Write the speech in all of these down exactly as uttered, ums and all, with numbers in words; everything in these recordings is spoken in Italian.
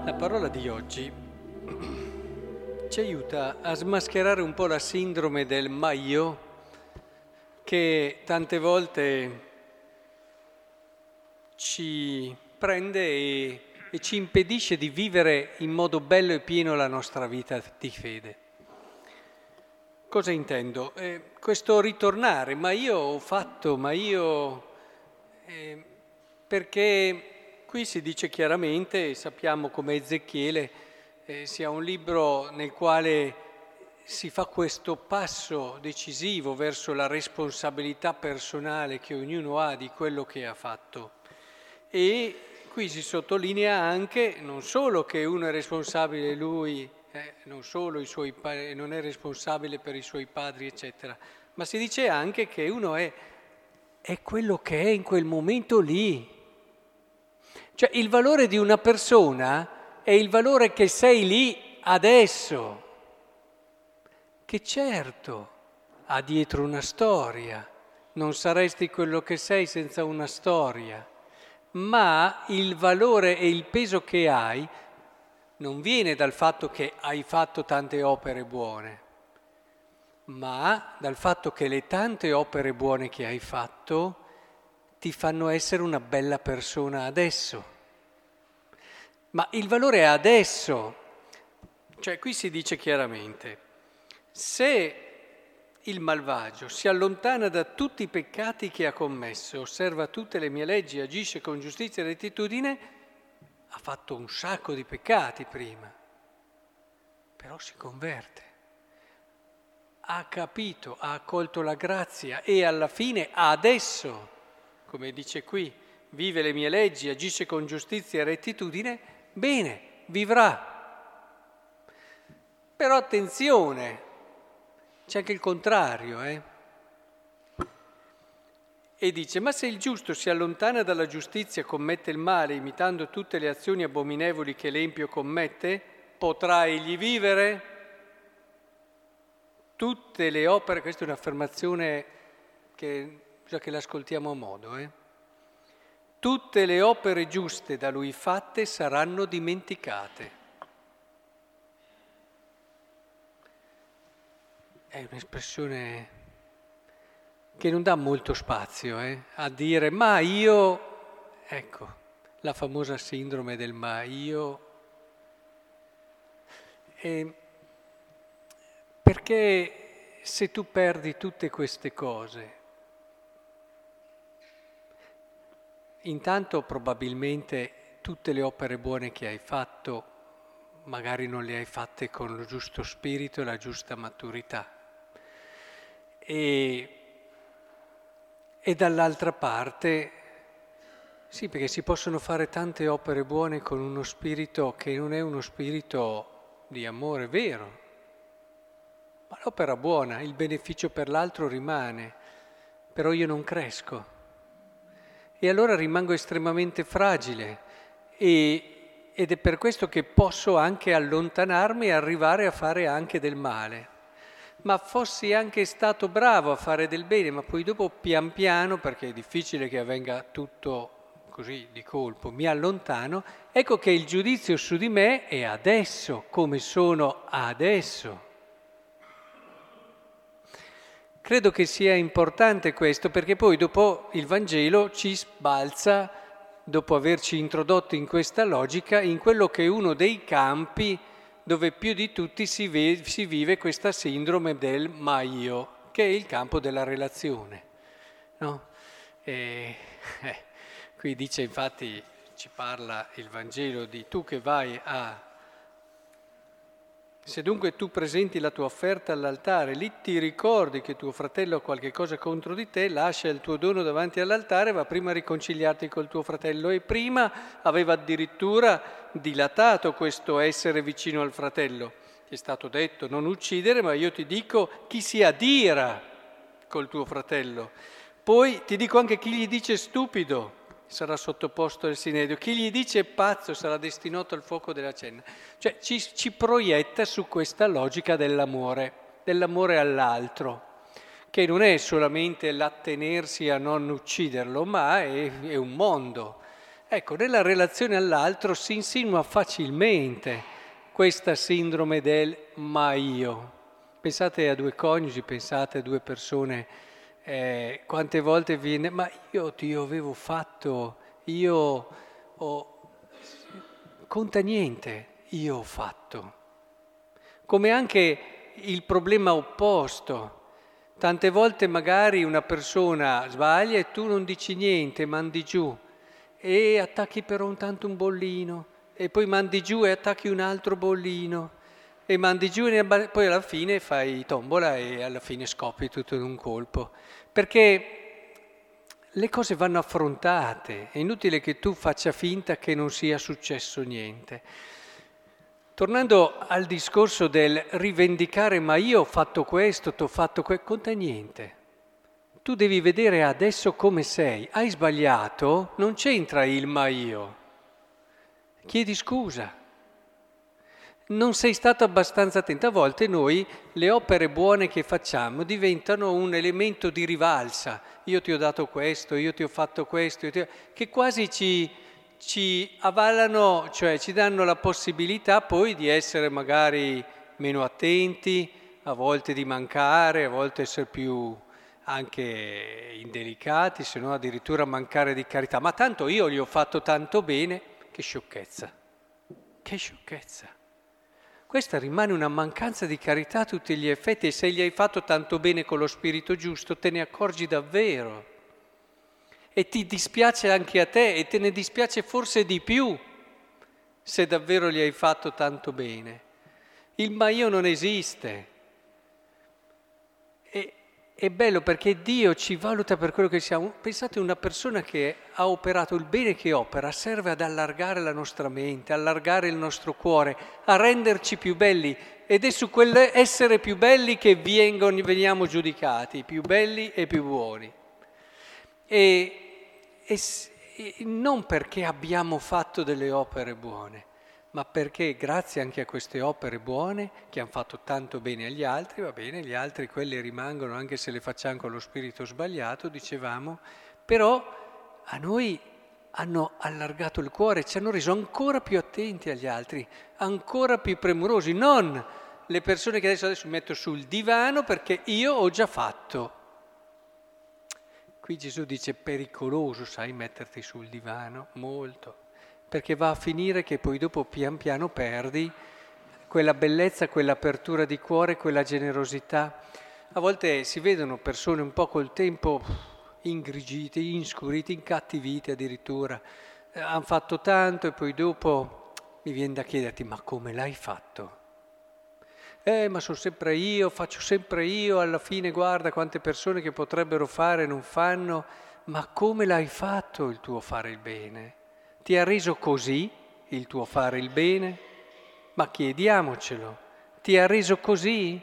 La parola di oggi ci aiuta a smascherare un po' la sindrome del ma io, che tante volte ci prende e, e ci impedisce di vivere in modo bello e pieno la nostra vita di fede. Cosa intendo? Eh, questo ritornare, ma io ho fatto, ma io... Eh, perché qui si dice chiaramente, sappiamo come Ezechiele eh, sia un libro nel quale si fa questo passo decisivo verso la responsabilità personale che ognuno ha di quello che ha fatto. E qui si sottolinea anche non solo che uno è responsabile lui, eh, non solo i suoi pa- non è responsabile per i suoi padri, eccetera, ma si dice anche che uno è, è quello che è in quel momento lì. Cioè il valore di una persona è il valore che sei lì adesso, che certo ha dietro una storia, non saresti quello che sei senza una storia, ma il valore e il peso che hai non viene dal fatto che hai fatto tante opere buone, ma dal fatto che le tante opere buone che hai fatto ti fanno essere una bella persona adesso. Ma il valore è adesso. Cioè qui si dice chiaramente, se il malvagio si allontana da tutti i peccati che ha commesso, osserva tutte le mie leggi, agisce con giustizia e rettitudine, ha fatto un sacco di peccati prima, però si converte. Ha capito, ha accolto la grazia e alla fine adesso, come dice qui, vive le mie leggi, agisce con giustizia e rettitudine, bene, vivrà. Però attenzione, c'è anche il contrario, eh? E dice, ma se il giusto si allontana dalla giustizia, commette il male, imitando tutte le azioni abominevoli che l'empio commette, potrà egli vivere? Tutte le opere, questa è un'affermazione che bisogna che l'ascoltiamo a modo, eh? Tutte le opere giuste da lui fatte saranno dimenticate. È un'espressione che non dà molto spazio eh, a dire ma io, ecco, la famosa sindrome del ma io. E perché se tu perdi tutte queste cose, intanto probabilmente tutte le opere buone che hai fatto, magari non le hai fatte con lo giusto spirito e la giusta maturità. E, e dall'altra parte, sì, perché si possono fare tante opere buone con uno spirito che non è uno spirito di amore vero, ma l'opera buona, il beneficio per l'altro rimane, però io non cresco. E allora rimango estremamente fragile e, ed è per questo che posso anche allontanarmi e arrivare a fare anche del male. Ma fossi anche stato bravo a fare del bene, ma poi dopo pian piano, perché è difficile che avvenga tutto così di colpo, mi allontano, ecco che il giudizio su di me è adesso, come sono adesso. Credo che sia importante questo perché poi dopo il Vangelo ci sbalza, dopo averci introdotto in questa logica, in quello che è uno dei campi dove più di tutti si, ve- si vive questa sindrome del ma io, che è il campo della relazione. No? E, eh, qui dice infatti, ci parla il Vangelo di tu che vai a... Se dunque tu presenti la tua offerta all'altare, lì ti ricordi che tuo fratello ha qualche cosa contro di te, lascia il tuo dono davanti all'altare, va prima a riconciliarti col tuo fratello. E prima aveva addirittura dilatato questo essere vicino al fratello. Ti è stato detto non uccidere, ma io ti dico chi si adira col tuo fratello. Poi ti dico anche chi gli dice stupido sarà sottoposto al sinedio, chi gli dice pazzo sarà destinato al fuoco della cenna. Cioè ci, ci proietta su questa logica dell'amore, dell'amore all'altro, che non è solamente l'attenersi a non ucciderlo, ma è, è un mondo. Ecco, nella relazione all'altro si insinua facilmente questa sindrome del ma io. Pensate a due coniugi, pensate a due persone, eh, quante volte viene, ma io ti avevo fatto, io ho... conta niente, io ho fatto. Come anche il problema opposto. Tante volte magari una persona sbaglia e tu non dici niente, mandi giù e attacchi però un tanto un bollino e poi mandi giù e attacchi un altro bollino e mandi giù e ne- poi alla fine fai tombola e alla fine scoppi tutto in un colpo. Perché le cose vanno affrontate, è inutile che tu faccia finta che non sia successo niente. Tornando al discorso del rivendicare, ma io ho fatto questo, ti ho fatto questo, conta niente. Tu devi vedere adesso come sei. Hai sbagliato, non c'entra il ma io. Chiedi scusa. Non sei stato abbastanza attento. A volte noi le opere buone che facciamo diventano un elemento di rivalsa. Io ti ho dato questo, io ti ho fatto questo, io ti ho... che quasi ci, ci avvalano, cioè ci danno la possibilità poi di essere magari meno attenti, a volte di mancare, a volte essere più anche indelicati, se no addirittura mancare di carità. Ma tanto io gli ho fatto tanto bene, che sciocchezza, che sciocchezza. Questa rimane una mancanza di carità a tutti gli effetti e se gli hai fatto tanto bene con lo spirito giusto te ne accorgi davvero. E ti dispiace anche a te e te ne dispiace forse di più se davvero gli hai fatto tanto bene. Il ma io non esiste. E, è bello perché Dio ci valuta per quello che siamo. Pensate, una persona che ha operato il bene che opera serve ad allargare la nostra mente, allargare il nostro cuore, a renderci più belli. Ed è su quell'essere più belli che vengono, veniamo giudicati, più belli e più buoni. E, e, e non perché abbiamo fatto delle opere buone, ma perché grazie anche a queste opere buone che hanno fatto tanto bene agli altri, va bene, gli altri quelle rimangono anche se le facciamo con lo spirito sbagliato, dicevamo, però a noi hanno allargato il cuore, ci hanno reso ancora più attenti agli altri, ancora più premurosi, non le persone che adesso, adesso mi metto sul divano perché io ho già fatto. Qui Gesù dice pericoloso, sai, metterti sul divano, molto. Perché va a finire che poi dopo pian piano perdi quella bellezza, quell'apertura di cuore, quella generosità. A volte si vedono persone un po' col tempo ingrigite, inscurite, incattivite addirittura. Eh, hanno fatto tanto e poi dopo mi viene da chiederti ma come l'hai fatto? Eh, ma sono sempre io, faccio sempre io, alla fine guarda quante persone che potrebbero fare non fanno. Ma come l'hai fatto il tuo fare il bene? Ti ha reso così il tuo fare il bene? Ma chiediamocelo, ti ha reso così?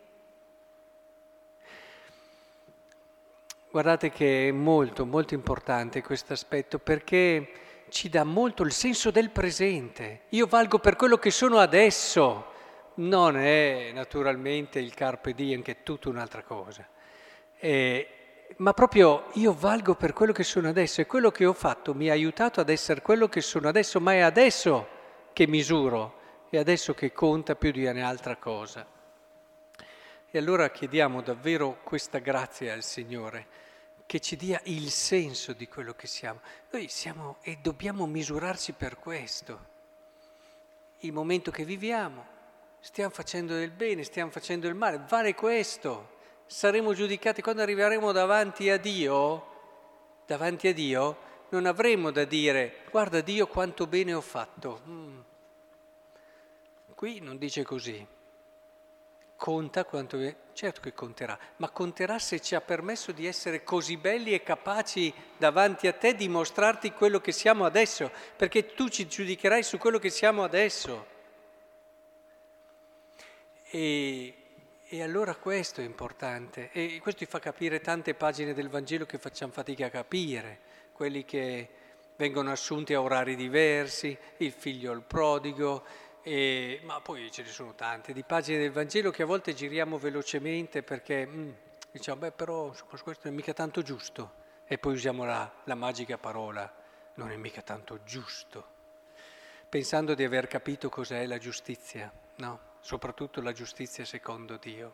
Guardate che è molto, molto importante questo aspetto perché ci dà molto il senso del presente. Io valgo per quello che sono adesso, non è naturalmente il carpe diem che è tutta un'altra cosa. Eh, ma proprio io valgo per quello che sono adesso e quello che ho fatto mi ha aiutato ad essere quello che sono adesso, ma è adesso che misuro, è adesso che conta più di ogni altra cosa. E allora chiediamo davvero questa grazia al Signore, che ci dia il senso di quello che siamo. Noi siamo e dobbiamo misurarci per questo. Il momento che viviamo, stiamo facendo del bene, stiamo facendo del male, vale questo. Saremo giudicati quando arriveremo davanti a Dio, davanti a Dio non avremo da dire guarda Dio quanto bene ho fatto. Mm. Qui non dice così. Conta quanto... Certo che conterà, ma conterà se ci ha permesso di essere così belli e capaci davanti a te di mostrarti quello che siamo adesso, perché tu ci giudicherai su quello che siamo adesso. E... E allora questo è importante e questo ti fa capire tante pagine del Vangelo che facciamo fatica a capire, quelli che vengono assunti a orari diversi, il figlio il prodigo, e, ma poi ce ne sono tante di pagine del Vangelo che a volte giriamo velocemente perché mm, diciamo, beh però insomma, questo non è mica tanto giusto e poi usiamo la, la magica parola, non è mica tanto giusto, pensando di aver capito cos'è la giustizia, no? Soprattutto la giustizia secondo Dio.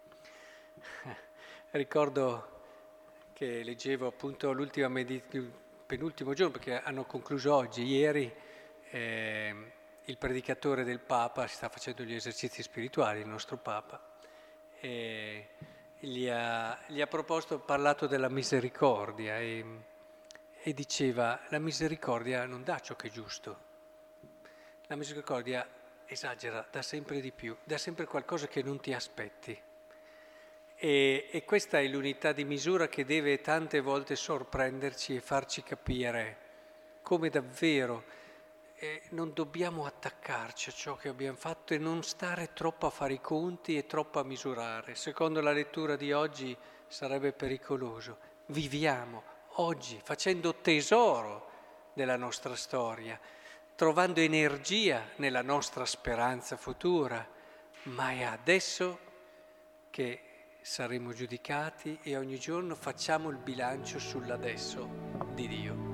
Ricordo che leggevo appunto l'ultima medit- il penultimo giorno, perché hanno concluso oggi, ieri, eh, il predicatore del Papa si sta facendo gli esercizi spirituali, il nostro Papa, e gli ha, gli ha proposto, ha parlato della misericordia e, e diceva: la misericordia non dà ciò che è giusto, la misericordia esagera, dà sempre di più, dà sempre qualcosa che non ti aspetti. E, e questa è l'unità di misura che deve tante volte sorprenderci e farci capire come davvero eh, non dobbiamo attaccarci a ciò che abbiamo fatto e non stare troppo a fare i conti e troppo a misurare. Secondo la lettura di oggi sarebbe pericoloso. Viviamo oggi facendo tesoro della nostra storia, trovando energia nella nostra speranza futura, ma è adesso che saremo giudicati e ogni giorno facciamo il bilancio sull'adesso di Dio.